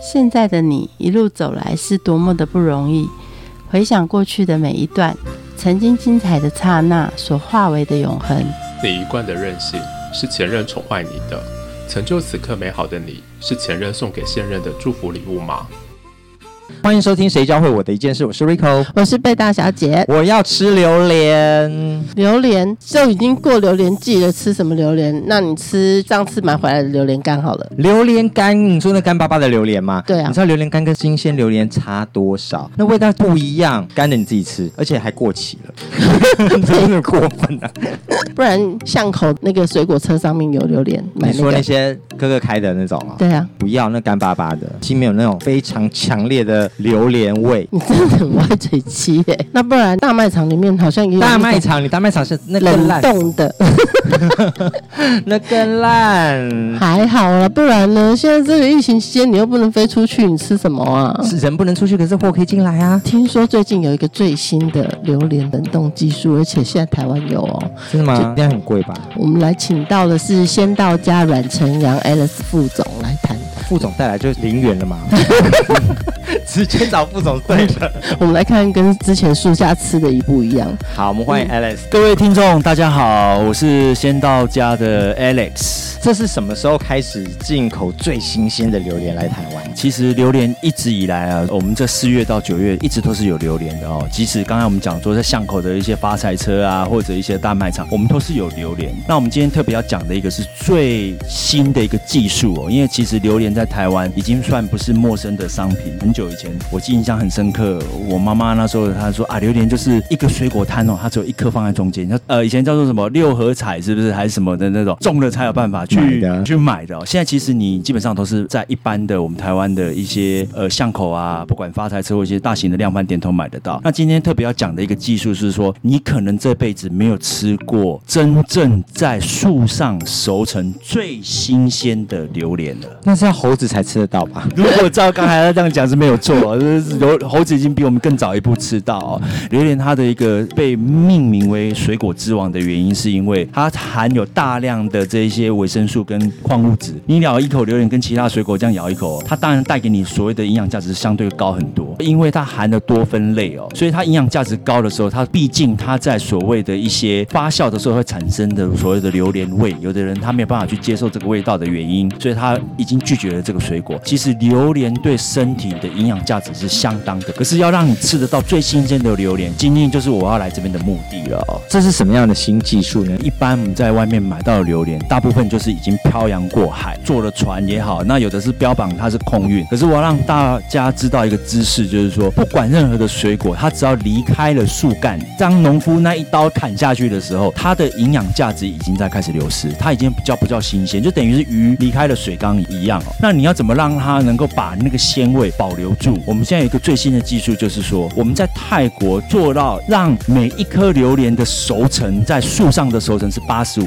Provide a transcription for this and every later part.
现在的你一路走来是多么的不容易，回想过去的每一段，曾经精彩的刹那所化为的永恒。 你一贯的任性是前任宠坏你的，成就此刻美好的你是前任送给现任的祝福礼物吗？ 欢迎收听谁教会我的一件事，我是 Rico， 我是贝大小姐。 我要吃榴莲。 榴莲就已经过榴莲季了，吃什么榴莲？那你吃上次买回来的榴莲干好了。 榴莲干，你说那干巴巴的榴莲吗？ 对啊。 你知道榴莲干跟新鲜榴莲差多少？那味道不一样，干的你自己吃，而且还过期了，真的过分啊！ 不然巷口那个水果车上面有榴莲， 你说那些哥哥开的那种啊？ 对啊。 不要那干巴巴的，心里面有那种非常强烈的榴莲味。 你真的很歪嘴七耶。那不然大卖场里面好像也有大卖场，你大卖场是那更烂冷冻的， 那更烂。 还好啦，不然呢？现在这个疫情期间，你又不能飞出去，你吃什么啊？ 是人不能出去，可是货可以进来啊。 听说最近有一个最新的榴莲冷冻技术，而且现在台湾有哦。 真的吗？这样很贵吧？ 我们来请到的是仙道家阮成阳 Alex 副总来谈。 副总带来就0元了嘛，直接找副总对了。 我们来看跟之前树下吃的一不一样。 好，我们欢迎 Alex。 各位听众大家好，我是仙道家的 Alex。 这是什么时候开始进口最新鲜的榴莲来台湾？ 其实榴莲一直以来啊，我们这4月到9月一直都是有榴莲的哦。即使刚才我们讲说在巷口的一些发财车啊，或者一些大卖场，我们都是有榴莲。那我们今天特别要讲的一个是最新的一个技术哦，因为其实榴莲在台湾已经算不是陌生的商品。很久以前，我印象很深刻，我妈妈那时候她说啊，榴莲就是一个水果摊哦，它只有一颗放在中间。以前叫做什么6合彩是不是？还是什么的那种中了才有办法去买的哦。现在其实你基本上都是在一般的我们台湾的一些巷口啊，不管发财车或一些大型的量贩店都买得到。那今天特别要讲的一个技术是说，你可能这辈子没有吃过真正在树上熟成最新鲜的榴莲了。 那是要猴子才吃得到吧？ 如果照刚才这样讲是没有错，猴子已经比我们更早一步吃到哦。榴莲它的一个被命名为水果之王的原因，是因为它含有大量的这些维生素跟矿物质。你咬一口榴莲跟其他水果这样咬一口，它当然带给你所谓的营养价值相对高很多，因为它含了多酚类哦，所以它营养价值高的时候，它毕竟它在所谓的一些发酵的时候会产生的所谓的榴莲味，有的人他没有办法去接受这个味道的原因，所以他已经拒绝了这个水果。其实榴莲对身体的营养价值是相当的，可是要让你吃得到最新鲜的榴莲，今天就是我要来这边的目的了哦。 这是什么样的新技术呢？ 一般我们在外面买到的榴莲，大部分就是已经漂洋过海，坐了船也好，那有的是标榜它是空运。可是我要让大家知道一个知识，就是说，不管任何的水果，它只要离开了树干，当农夫那一刀砍下去的时候，它的营养价值已经在开始流失，它已经不叫新鲜，就等于是鱼离开了水缸一样哦。那你要怎么让它能够把那个鲜味保留住？我们现在有一个最新的技术，就是说我们在泰国做到让每一颗榴莲的熟成在树上的熟成是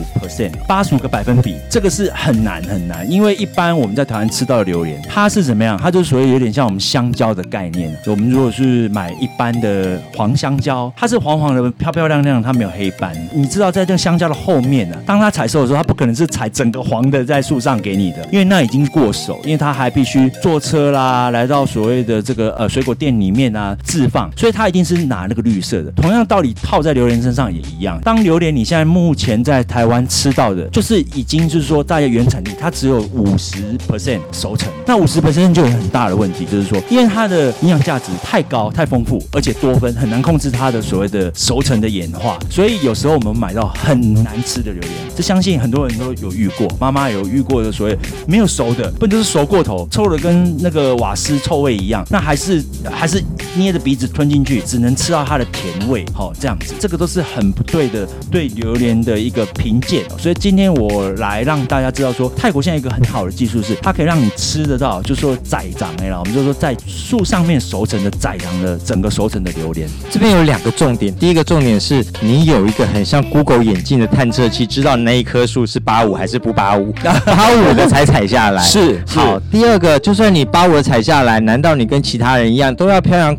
85%，85个百分比，这个是很难很难，因为一般我们在台湾吃到的榴莲，它是怎么样？它就所谓有点像我们香蕉的概念。我们如果是买一般的黄香蕉，它是黄黄的、漂漂亮亮，它没有黑斑。你知道，在这个香蕉的后面呢，当它采收的时候，它不可能是采整个黄的在树上给你的，因为那已经过熟，因为它还必须坐车啦，来到所谓的这个水果店里面啊置放，所以它一定是拿那个绿色的。同样道理套在榴莲身上也一样。当榴莲你现在目前在台湾吃到的，就是已经就是说大概原产地它只有50% 熟成，那50% 就有很大的问题，就是说因为它的营养价值太高太丰富，而且多酚，很难控制它的所谓的熟成的演化，所以有时候我们买到很难吃的榴莲，这相信很多人都有遇过，妈妈有遇过的所谓没有熟的，不就是熟过头，臭的跟那个瓦斯臭味一样，那还是捏着鼻子吞进去，只能吃到它的甜味，这样子，这个都是很不对的，对榴莲的一个评鉴。所以今天我来让大家知道说，泰国现在有一个很好的技术是，它可以让你吃得到，就是说宰长我们就说在树上面熟成的宰长的整个熟成的榴莲。 这边有2个重点，第一个重点是你有一个很像 Google 眼镜的探测器，知道那一棵树是85还是不85，85的才采下来。 是好。第二个，就算你85的采下来，难道你跟其他人一样都要漂洋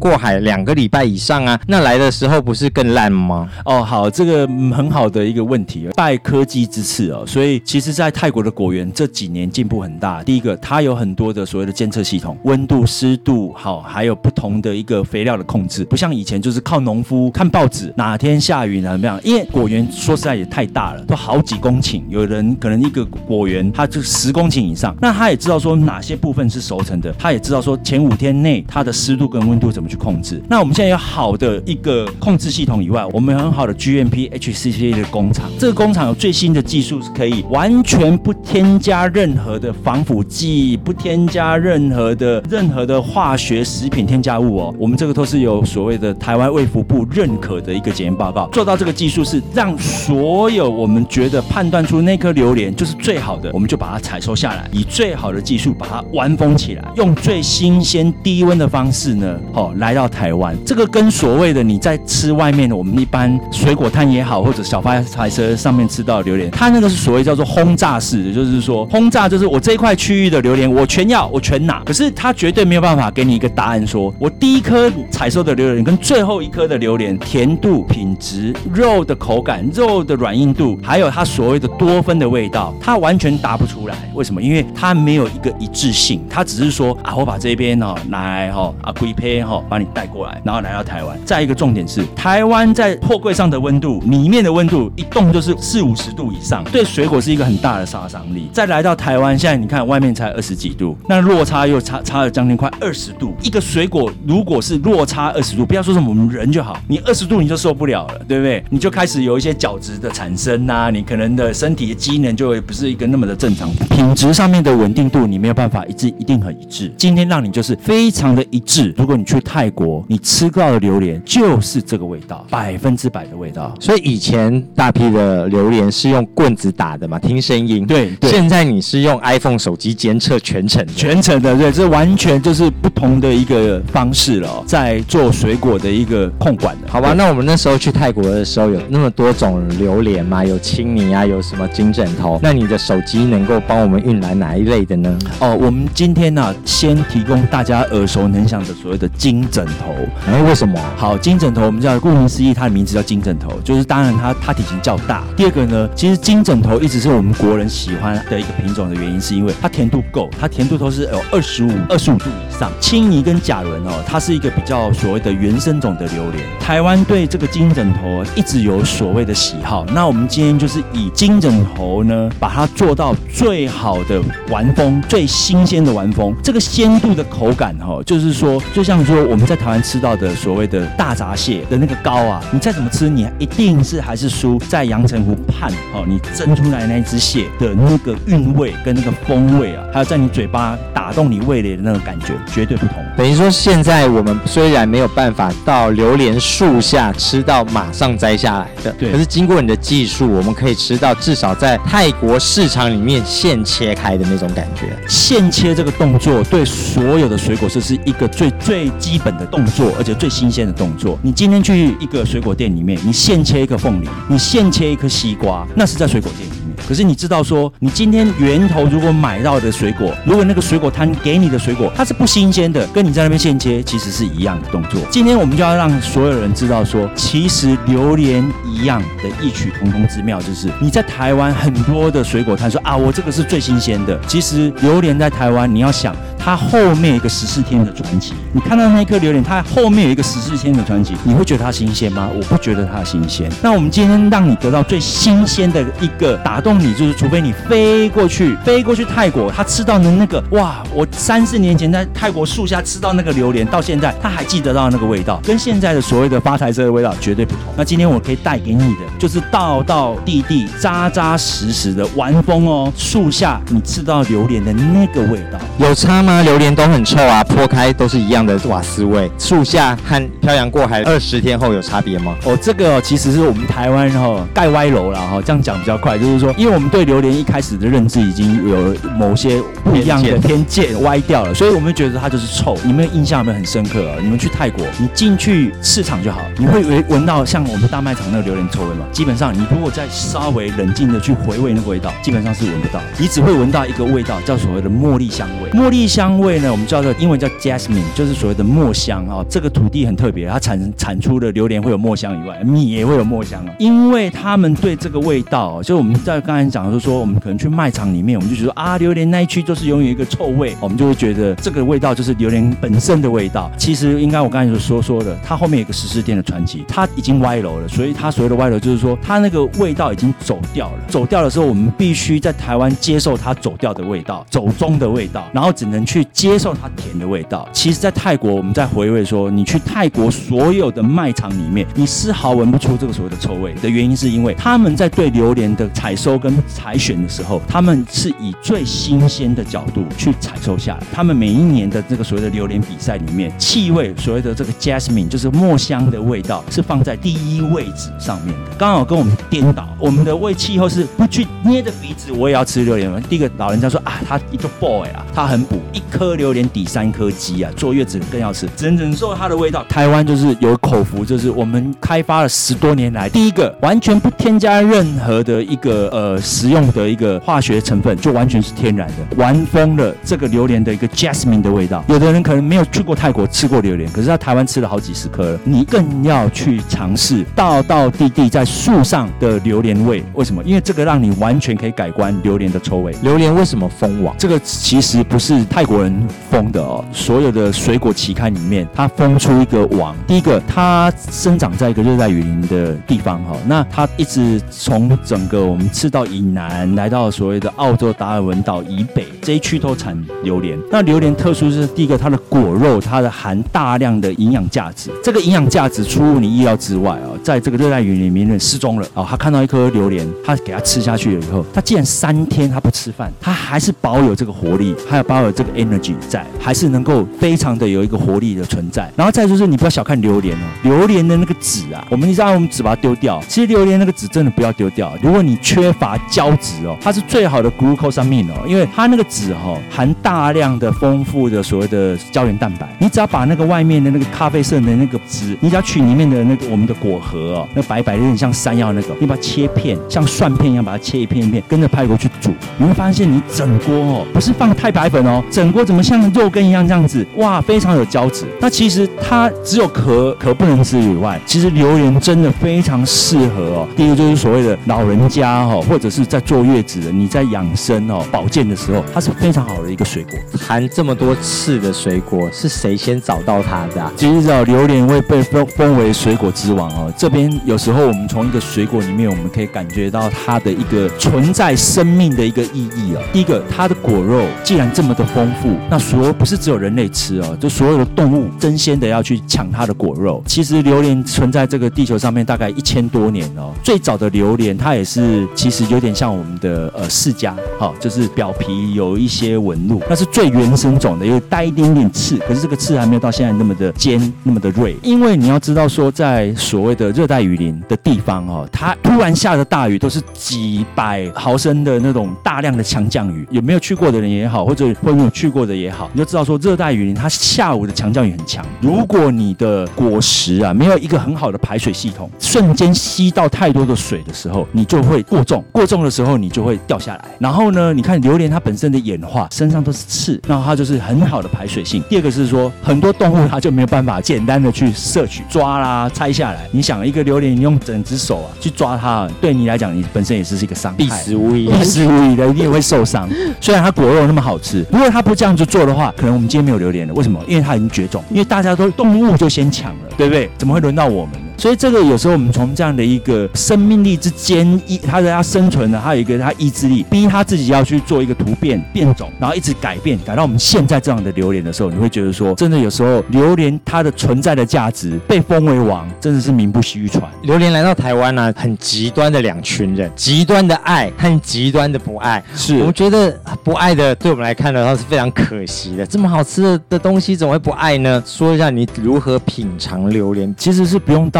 过海2个礼拜以上啊，那来的时候不是更烂吗？ 哦，好，这个很好的一个问题，拜科技之赐哦，所以其实在泰国的果园这几年进步很大。第一个，它有很多的所谓的监测系统，温度、湿度，好，还有不同的一个肥料的控制，不像以前就是靠农夫看报纸哪天下雨怎么样，因为果园说实在也太大了，都好几公顷，有人可能一个果园它就10公顷以上，那他也知道说哪些部分是熟成的，他也知道说前5天内它的湿度跟温度怎么去控制。那我们现在有好的一个控制系统以外，我们有很好的 GMP HCCA 的工厂，这个工厂有最新的技术，是可以完全不添加任何的防腐剂，不添加任何的化学食品添加物哦。我们这个都是有所谓的台湾卫福部认可的一个检验报告，做到这个技术是让所有我们觉得判断出那颗榴莲就是最好的，我们就把它采收下来，以最好的技术把它完封起来，用最新鲜低温的方式呢，来到台湾。这个跟所谓的你在吃外面的我们一般水果摊也好，或者小发财车上面吃到的榴莲，它那个是所谓叫做轰炸式的，就是说轰炸就是我这一块区域的榴莲我全要，我全拿，可是它绝对没有办法给你一个答案说我第一颗采收的榴莲跟最后一颗的榴莲甜度、品质、肉的口感、肉的软硬度，还有它所谓的多酚的味道，它完全答不出来。为什么？因为它没有一个一致性，它只是说啊，我把这边拿来规批把你带过来，然后来到台湾。再一个重点是，台湾在货柜上的温度，里面的温度一动就是40-50度以上，对水果是一个很大的杀伤力。再来到台湾，现在你看外面才20几度，那落差又差了将近快20度。一个水果如果是落差20度，不要说什么我们人就好，你20度你就受不了了，对不对？你就开始有一些角质的产生啊，你可能的身体的机能就会不是一个那么的正常，品质上面的稳定度你没有办法一定很一致。今天让你就是非常的一致，如果你去泰国，你吃到的榴莲就是这个味道，100%的味道。 所以以前大批的榴莲是用棍子打的嘛，听声音。 对， 现在你是用 iPhone 手机监测全程的， 对，这完全就是不同的一个方式了，在做水果的一个控管的。 好吧，那我们那时候去泰国的时候，有那么多种榴莲嘛，有青泥啊，有什么金枕头，那你的手机能够帮我们运来哪一类的呢？ 我们今天先提供大家耳熟能详的所谓的金枕头。 为什么？ 好，金枕头我们叫顾名思义，它的名字叫金枕头，就是当然它体型较大。第二个呢，其实金枕头一直是我们国人喜欢的一个品种的原因，是因为它甜度够，它甜度都是有25度以上。青泥跟甲伦它是一个比较所谓的原生种的榴莲。台湾对这个金枕头一直有所谓的喜好，那我们今天就是以金枕头呢，把它做到最好的完封，最新鲜的完封。这个鲜度的口感就是说，就像说我们在台湾吃到的所谓的大闸蟹的那个膏啊，你再怎么吃，你一定是还是输在阳澄湖畔你蒸出来那一只蟹的那个韵味跟那个风味啊，还有在你嘴巴打动你味蕾的那个感觉，绝对不同。 等于说，现在我们虽然没有办法到榴莲树下吃到马上摘下来的， 对， 可是经过你的技术，我们可以吃到至少在泰国市场里面现切开的那种感觉。 现切这个动作对所有的水果是一个最基本的动作，而且最新鲜的动作。你今天去一个水果店里面，你现切一个凤梨，你现切一颗西瓜，那是在水果店里面。可是你知道说，你今天源头如果买到的水果，如果那个水果摊给你的水果它是不新鲜的，跟你在那边现切其实是一样的动作。今天我们就要让所有人知道说，其实榴莲一样的异曲同工之妙，就是你在台湾很多的水果摊说啊，我这个是最新鲜的。其实榴莲在台湾，你要想它后面有一个14天的传奇，你看到那颗榴莲，它后面有一个14天的传奇，你会觉得它新鲜吗？我不觉得它新鲜。那我们今天让你得到最新鲜的一个打动你，就是除非你飞过去泰国，他吃到的那个哇，我3-4年前在泰国树下吃到那个榴莲，到现在他还记得到那个味道，跟现在的所谓的发财车的味道绝对不同。那今天我可以带给你的，就是道道地地、扎扎实实的完封树下你吃到榴莲的那个味道。 有差吗？榴莲都很臭啊，剖开都是一样的瓦斯味。树下和漂洋过海20天后有差别吗？ 这个其实是我们台湾盖歪楼啦这样讲比较快，就是说，因因为我们对榴莲一开始的认知已经有某些不一样的偏见歪掉了，所以我们觉得它就是臭。你们印象有没有很深刻啊？你们去泰国，你进去市场就好，你会闻到像我们大卖场那个榴莲臭味吗？基本上你如果再稍微冷静的去回味那个味道，基本上是闻不到，你只会闻到一个味道叫所谓的茉莉香味。茉莉香味呢，我们叫做英文叫 jasmine， 就是所谓的墨香啊。这个土地很特别，它产出的榴莲会有墨香以外，米也会有墨香啊。因为他们对这个味道，就我们在刚才讲的说，我们可能去卖场里面，我们就觉得啊，榴莲那一区就是拥有一个臭味，我们就会觉得这个味道就是榴莲本身的味道。其实应该我刚才所说的，它后面有一个14店的传奇，它已经歪楼了，所以它所谓的歪楼就是说，它那个味道已经走掉了。走掉的时候，我们必须在台湾接受它走掉的味道，走中的味道，然后只能去接受它甜的味道。其实，在泰国，我们在回味说，你去泰国所有的卖场里面，你丝毫闻不出这个所谓的臭味的原因，是因为他们在对榴莲的采收跟采选的时候，他们是以最新鲜的角度去采收下来。他们每一年的这个所谓的榴莲比赛里面，气味所谓的这个 jasmine 就是墨香的味道是放在第一位置上面的，刚好跟我们颠倒。我们的气候是不去捏着鼻子我也要吃榴莲。第一个老人家说啊，他一个 boy 啊，他很补，一颗榴莲抵3颗鸡啊，坐月子更要吃，只能忍受它的味道。台湾就是有口福，就是我们开发了10多年来，第一个完全不添加任何的一个食用的一个化学成分，就完全是天然的，玩疯了这个榴莲的一个 jasmine 的味道。有的人可能没有去过泰国吃过榴莲，可是在台湾吃了好几10颗了，你更要去尝试道地在树上的榴莲味。为什么？因为这个让你完全可以改观榴莲的臭味。 榴莲为什么封王？ 这个其实不是泰国人封的哦，所有的水果期刊里面，它封出一个王。第一个，它生长在一个热带雨林的地方哈，那它一直从整个我们赤道以南来到所谓的澳洲达尔文岛以北这一区都产榴莲。那榴莲特殊是第一个，它的果肉它的含大量的营养价值，这个营养价值出乎你意料之外啊，在这个热带雨林里面失踪了啊，他看到一颗榴莲，他给它吃下去了以后，他竟然3天他不吃饭，他还是保有这个活力，还有保有这个 energy 在，还是能够非常的有一个活力的存在。然后再就是你不要小看榴莲哦，榴莲的那个籽啊，我们知道我们籽把它丢掉，其实榴莲那个籽真的不要丢掉。如果你缺乏胶质哦，它是最好的 glucosamine 哦，因为它那个籽哦含大量的丰富的所谓的胶原蛋白，你只要把那个外面的那个咖啡色的那个籽，你只要取里面的那个我们的果核哦，那白白的有点像山药那个，你把它切片，像蒜片一样把它切一片一片，跟着派过去煮，你会发现你整锅哦不是放太白粉哦，整锅怎么像肉羹一样这样子，哇，非常有胶质。那其实它只有壳不能吃以外，其实榴莲真的非常适合哦。第一个就是所谓的老人家哦，或者是在坐月子的，你在养生哦保健的时候，它是非常好的一个水果。 含这么多刺的水果，是谁先找到它的啊？ 其实榴莲会被封为水果之王哦。这边有时候我们从一个水果里面，我们可以感觉到它的一个存在生命的一个意义哦。第一个，它的果肉既然这么的丰富，那不是只有人类吃哦，就所有的动物争先的要去抢它的果肉。其实榴莲存在这个地球上面大概1000多年哦。最早的榴莲它也是其实有点像我们的释迦，就是表皮有一些纹路，那是最原生种的，有带一点点刺，可是这个刺还没有到现在那么的尖，那么的锐。因为你要知道说，在所谓的热带雨林的地方哦，它突然下的大雨都是几百毫升的那种大量的强降雨。有没有去过的人也好，或者没有去过的也好，你就知道说热带雨林它下午的强降雨很强。如果你的果实啊没有一个很好的排水系统，瞬间吸到太多的水的时候，你就会过重的时候你就会掉下来。然后呢，你看榴莲它本身的演化，身上都是刺，那它就是很好的排水性。第二个是说，很多动物它就没有办法简单的去摄取、抓啦、拆下来。你想一个榴莲，你用整只手啊去抓它，对你来讲，你本身也是一个伤害， 必死无疑的，你也会受伤。虽然它果肉那么好吃，如果它不这样子做的话，可能我们今天没有榴莲了。为什么？因为它已经绝种，因为大家都动物就先抢了，对不对？怎么会轮到我们呢？所以这个有时候我们从这样的一个生命力之间，它的生存呢，还有一个它意志力，逼它自己要去做一个突变变种，然后一直改到我们现在这样的榴莲的时候，你会觉得说，真的有时候榴莲它的存在的价值被封为王，真的是名不虚传。 榴莲来到台湾呢，很极端的2群人，极端的爱和极端的不爱。 是， 我们觉得不爱的，对我们来看的话是非常可惜的。这么好吃的东西，怎么会不爱呢？说一下你如何品尝榴莲？ 其实是不用到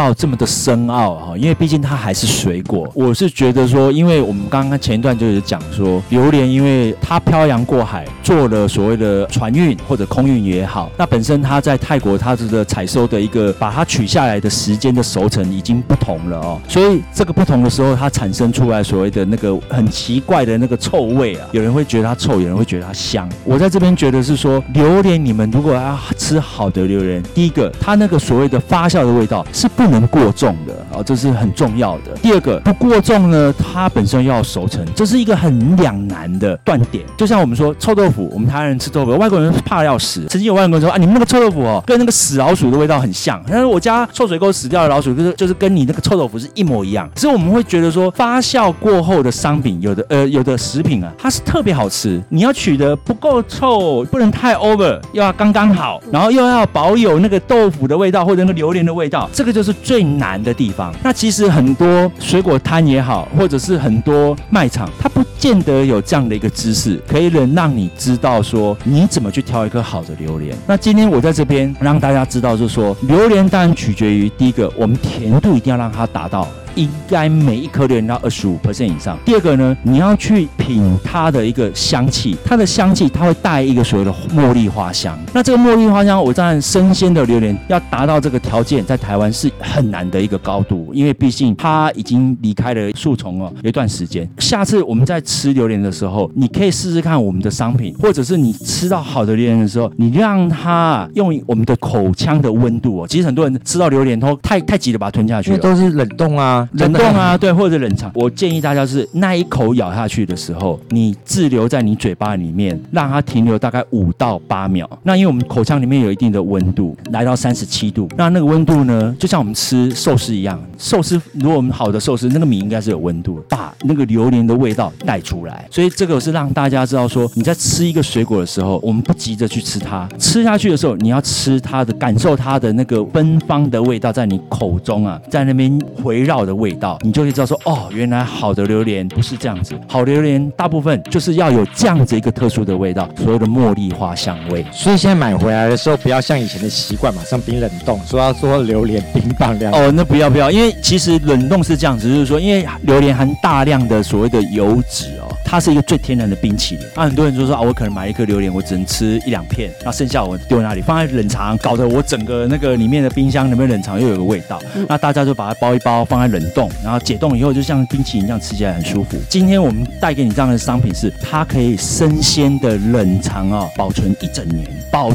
到这么的深奥哈，因为毕竟它还是水果。我是觉得说，因为我们刚刚前一段就是讲说，榴莲因为它漂洋过海，做了所谓的船运或者空运也好，那本身它在泰国它的采收的一个把它取下来的时间的熟成已经不同了哦，所以这个不同的时候，它产生出来所谓的那个很奇怪的那个臭味啊，有人会觉得它臭，有人会觉得它香。我在这边觉得是说，榴莲你们如果要吃好的榴莲，第一个它那个所谓的发酵的味道是不能过重的哦，这是很重要的。第二个不过重呢，它本身要熟成，这是一个很两难的断点。就像我们说臭豆腐，我们台湾人吃豆腐，外国人怕要死。曾经有外国人说啊，你们那个臭豆腐哦，跟那个死老鼠的味道很像。但是我家臭水沟死掉的老鼠，就是跟你那个臭豆腐是一模一样。可是我们会觉得说，发酵过后的商品，有的食品啊，它是特别好吃。你要取得不够臭，不能太 over， 又要刚刚好，然后又要保有那个豆腐的味道或者那个榴莲的味道，这个就是最难的地方。那其实很多水果摊也好，或者是很多卖场，它不见得有这样的一个知识，可以让你知道说你怎么去挑一颗好的榴莲。那今天我在这边让大家知道，就是说榴莲当然取决于第一个，我们甜度一定要让它达到。应该每一颗榴莲到25% 以上。第二个呢，你要去品它的一个香气，它的香气它会带一个所谓的茉莉花香。那这个茉莉花香，我当然生鲜的榴莲要达到这个条件，在台湾是很难的一个高度，因为毕竟它已经离开了树丛哦，有一段时间。下次我们在吃榴莲的时候，你可以试试看我们的商品，或者是你吃到好的榴莲的时候，你让它用我们的口腔的温度哦。其实很多人吃到榴莲都太急的把它吞下去了， 因为都是冷冻啊。 冷冻啊，对，或者冷藏。我建议大家是那一口咬下去的时候，你滞留在你嘴巴里面，让它停留大概5到8秒。那因为我们口腔里面有一定的温度，来到37度，那个温度呢，就像我们吃寿司一样，寿司如果我们好的寿司，那个米应该是有温度，把那个榴莲的味道带出来。所以这个是让大家知道说，你在吃一个水果的时候，我们不急着去吃它，吃下去的时候，你要吃它的，感受它的那个芬芳的味道在你口中啊，在那边回绕的味道。你就会知道说，哦，原来好的榴莲不是这样子，好榴莲大部分就是要有这样子一个特殊的味道，所谓的茉莉花香味。 所以现在买回来的时候，不要像以前的习惯，马上冰冷冻，说要做榴莲冰棒这样。 哦，那不要，因为其实冷冻是这样子，就是说，因为榴莲含大量的所谓的油脂哦，它是一个最天然的冰淇淋。那很多人就说啊，我可能买一颗榴莲，我只能吃1-2片，那剩下我丢在那里，放在冷藏，搞得我整个那个里面的冰箱里面冷藏又有个味道。那大家就把它包一包，放在冷冻。然后解冻以后，就像冰淇淋一样，吃起来很舒服。今天我们带给你这样的商品是，它可以生鲜的冷藏啊，保存1整年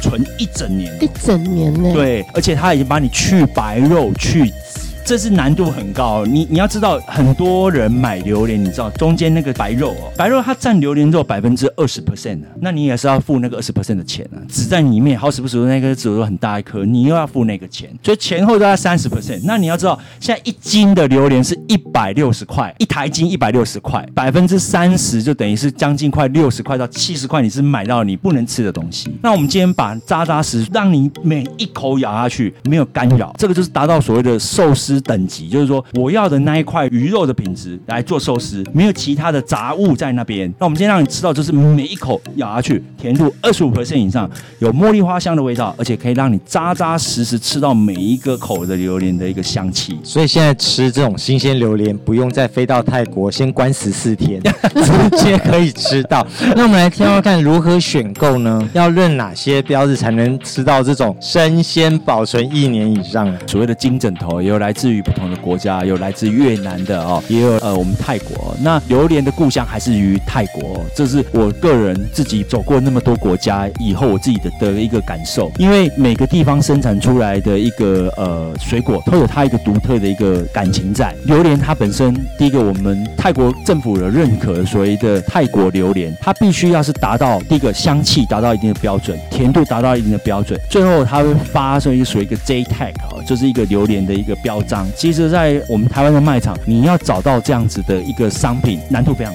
，1整年呢？ 对，而且它已经把你去白肉去。这是难度很高，你要知道，很多人买榴莲，你知道中间那个白肉哦，白肉它占榴莲肉20%的，那你也是要付那个20% 的钱啊。只在里面好死不死那个籽很大一颗，你又要付那个钱，所以前后都要30%。那你要知道，现在1斤的榴莲是160块，一台斤160块，30%就等于是将近快60块到70块，你是买到你不能吃的东西。那我们今天把扎扎实，让你每一口咬下去没有干扰，这个就是达到所谓的寿司等级，就是说我要的那一块鱼肉的品质来做寿司，没有其他的杂物在那边。那我们今天让你吃到，就是每一口咬下去，甜度25% 以上，有茉莉花香的味道，而且可以让你扎扎实实吃到每一个口的榴莲的一个香气。 所以现在吃这种新鲜榴莲，不用再飞到泰国先关14天，直接可以吃到。那我们来挑看如何选购呢？要认哪些标志才能吃到这种生鲜保存1年以上？ 所谓的金枕头也有来自于不同的国家，有来自越南的哦，也有我们泰国。那榴莲的故乡还是于泰国，这是我个人自己走过那么多国家以后我自己的一个感受。因为每个地方生产出来的一个水果都有它一个独特的一个感情在。榴莲它本身，第一个我们泰国政府有认可所谓的泰国榴莲，它必须要是达到第一个香气达到一定的标准，甜度达到一定的标准，最后它会发出属于一个 J tag 就是一个榴莲的一个标章。其实在我们台湾的卖场，你要找到这样子的一个商品，难度非常高。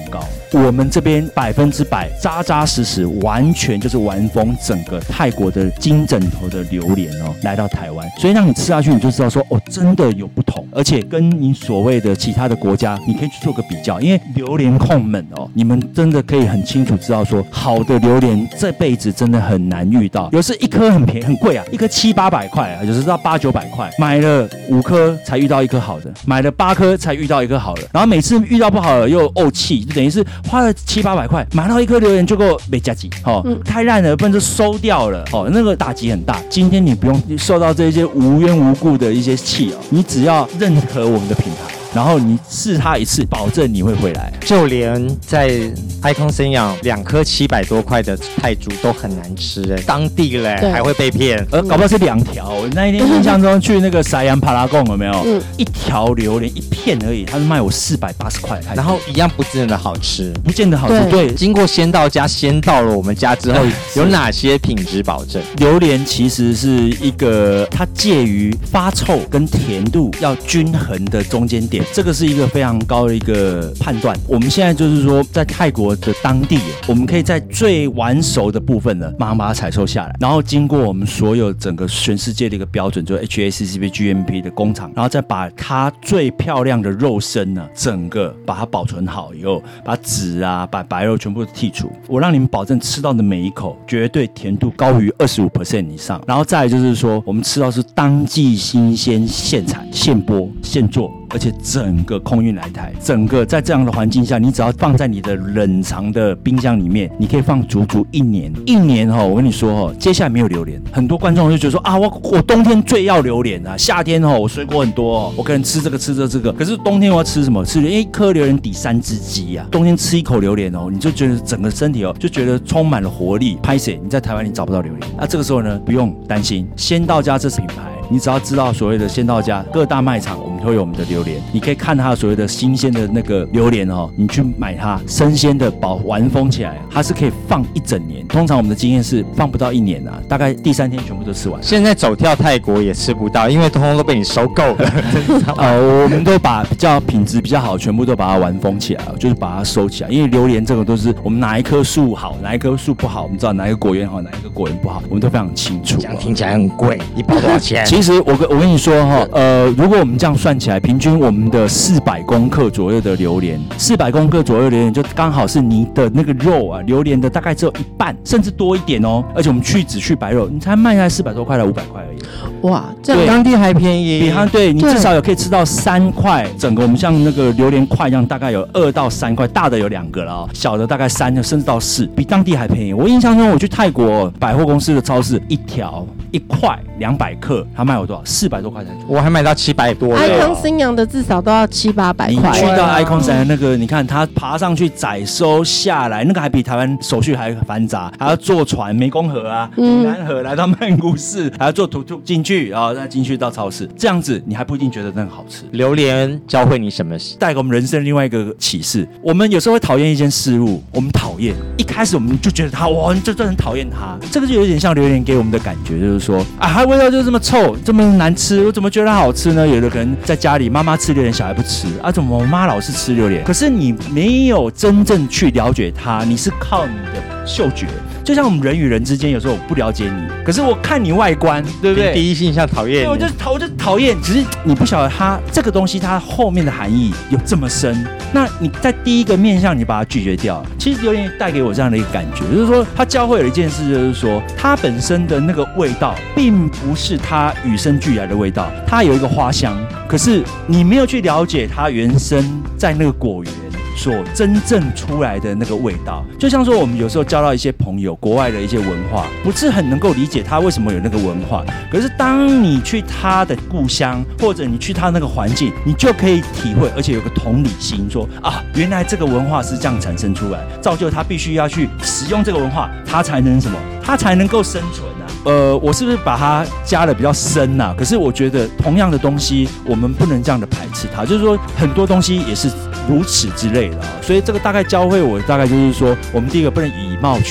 我们这边100%扎扎实实，完全就是玩疯整个泰国的金枕头的榴莲哦，来到台湾，所以让你吃下去，你就知道说哦，真的有不同，而且跟你所谓的其他的国家，你可以去做个比较，因为榴莲控们哦，你们真的可以很清楚知道说，好的榴莲这辈子真的很难遇到，有时一颗很便宜很贵啊，一颗700-800块啊，有时到800-900块，买了5颗才遇到一颗好的，买了8颗才遇到一颗好的，然后每次遇到不好的又怄气，就等于是花了700-800块买到一颗榴莲就够没加急哦，太烂了，不然就收掉了哦，那个打击很大。今天你不用受到这些无缘无故的一些气哦，你只要认可我们的品牌，然后你试它一次，保证你会回来。 就连在 Icon 生养2颗700多块的泰铢都很难吃哎，当地嘞还会被骗， 搞不好是2条。我那一天印象中去那个塞阳帕拉贡有没有？一条榴莲1片而已，他是卖我480块， 然后一样不见得好吃， 不见得好吃。对， 经过先到家，先到了我们家之后，有哪些品质保证？ 榴莲其实是一个它介于发臭跟甜度要均衡的中间点，这个是一个非常高的一个判断。我们现在就是说，在泰国的当地，我们可以在最完熟的部分呢，马上把它采收下来，然后经过我们所有整个全世界的一个标准，就是 HACCP、GMP 的工厂，然后再把它最漂亮的肉身呢，整个把它保存好以后，把籽啊、把白肉全部剔除。我让你们保证吃到的每一口绝对甜度高于25% 以上，然后再来就是说，我们吃到是当季新鲜现采、现剥、现做。而且整个空运来台，整个在这样的环境下，你只要放在你的冷藏的冰箱里面，你可以放足足1年。1年我跟你说接下来没有榴莲，很多观众就觉得说啊，我冬天最要榴莲啊，夏天我水果很多我可能吃这个吃这个，可是冬天我要吃什么？吃一颗榴莲抵3只鸡啊！冬天吃一口榴莲你就觉得整个身体就觉得充满了活力。拍谁？你在台湾你找不到榴莲，那这个时候呢，不用担心，先到家这是品牌。你只要知道所谓的先到家各大卖场，我们都有我们的榴莲，你可以看它所谓的新鲜的那个榴莲你去买它生鲜的完封起来，它是可以放1整年。通常我们的经验是放不到1年啊，大概第3天全部都吃完。 现在走跳泰国也吃不到，因为通通都被你收购了。 我们都把比较品质比较好，全部都把它完封起来，就是把它收起来。因为榴莲这个都是我们哪一棵树好，哪一棵树不好，我们知道哪一个果园好，哪一个果园不好，我们都非常清楚。 这样听起来很贵，一包多少钱？ 其实我跟你说如果我们这样算起来，平均我们的400公克左右的榴莲，400公克左右的榴莲就刚好是你的那个肉啊，榴莲的大概只有1半，甚至多一点而且我们只去白肉，你才卖下来400多块到500块而已。 哇，这样当地还便宜， 比它对你至少有可以吃到3块，整个我们像那个榴莲块一样，大概有2到3块，大的有2个了小的大概3甚至到4，比当地还便宜。我印象中我去泰国百货公司的超市，1块200克，他卖我多少？400多块才。 我还买到700多。 Icon 新阳的至少都要700-800块。 你去到 Icon 新阳那个，你看他爬上去载收下来，那个还比台湾手续还繁杂，还要坐船湄公河啊、云南河来到曼谷市，还要坐突进去，然后再进去到超市，这样子你还不一定觉得那个好吃。 榴莲教会你什么事？ 带给我们人生另外一个启示。我们有时候会讨厌一件事物，我们讨厌，一开始我们就觉得它，哇，就很讨厌它。这个就有点像榴莲给我们的感觉，就是说啊，它味道就这么臭，这么难吃，我怎么觉得它好吃呢？有的可能在家里妈妈吃榴莲，小孩不吃啊，怎么我妈老是吃榴莲？可是你没有真正去了解它，你是靠你的嗅觉。就像我们人与人之间，有时候我不了解你，可是我看你外观，对不对？ 第一印象讨厌， 对，我就讨厌。只是你不晓得它这个东西，它后面的含义有这么深。那你在第一个面向，你把它拒绝掉，其实有点带给我这样的一个感觉，就是说它教会了一件事，就是说它本身的那个味道，并不是它与生俱来的味道，它有一个花香，可是你没有去了解它原生在那个果园所真正出来的那个味道。就像说我们有时候交到一些朋友，国外的一些文化不是很能够理解他为什么有那个文化，可是当你去他的故乡，或者你去他那个环境，你就可以体会，而且有个同理心，说啊，原来这个文化是这样产生出来，造就他必须要去使用这个文化，他才能什么，他才能够生存啊。我是不是把它加的比较深啊？可是我觉得同样的东西，我们不能这样的排斥它，就是说很多东西也是如此之类的所以这个大概教会我，大概就是说，我们第一个不能以貌取人。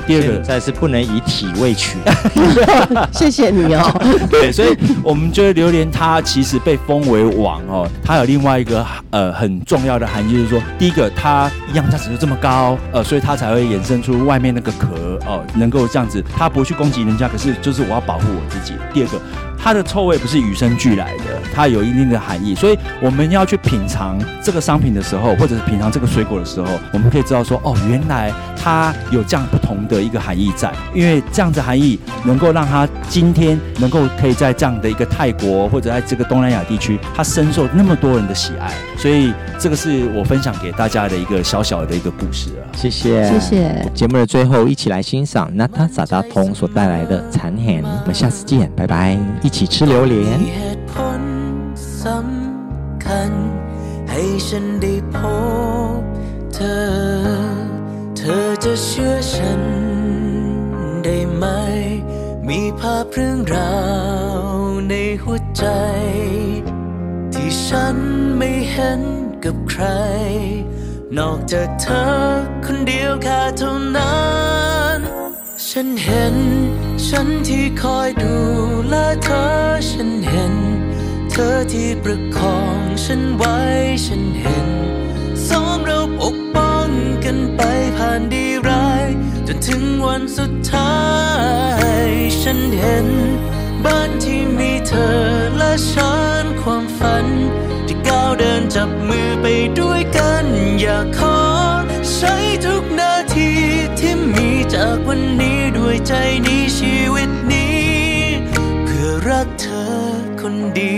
第二个现在是不能以体味取谢谢你哦。 对，所以我们觉得榴莲它其实被封为王哦，它有另外一个很重要的含义，就是说，第一个它营养价值就这么高，所以它才会衍生出外面那个壳哦，能够这样子，它不会去攻击人家，可是就是我要保护我自己。第二个，它的臭味不是与生俱来的，它有一定的含义，所以我们要去品尝这个商品的时候，或者是品尝这个水果的时候，我们可以知道说，哦，原来它有这样不同的一个含义在，因为这样的含义能够让它今天能够可以在这样的一个泰国或者在这个东南亚地区，它深受那么多人的喜爱，所以这个是我分享给大家的一个小小的一个故事啊。 谢谢， 谢谢。 节目的最后，一起来欣赏娜塔萨达通所带来的残痕。我们下次见，拜拜，一起吃榴莲。 ให้ฉันได้พบเธอจะเชื่อฉันได้ไหมมีภาพเรื่องราวในหัวใจที่ฉันไม่เห็นกับใครนอกจากเธอคนเดียวแค่เท่านั้นฉันเห็นฉันที่คอยดูแลเธอฉันเห็นเธอที่ประคองฉันไว้ฉันเห็นสองเราปกป้องกันไปผ่านดีร้ายจนถึงวันสุดท้ายฉันเห็นบ้านที่มีเธอและฉันความฝันที่ก้าวเดินจับมือไปด้วยกันอยากขอใช้ทุกนาทีที่มีจากวันนี้ด้วยใจนี้ชีวิตนี้เพื่อรักเธอคนเดียว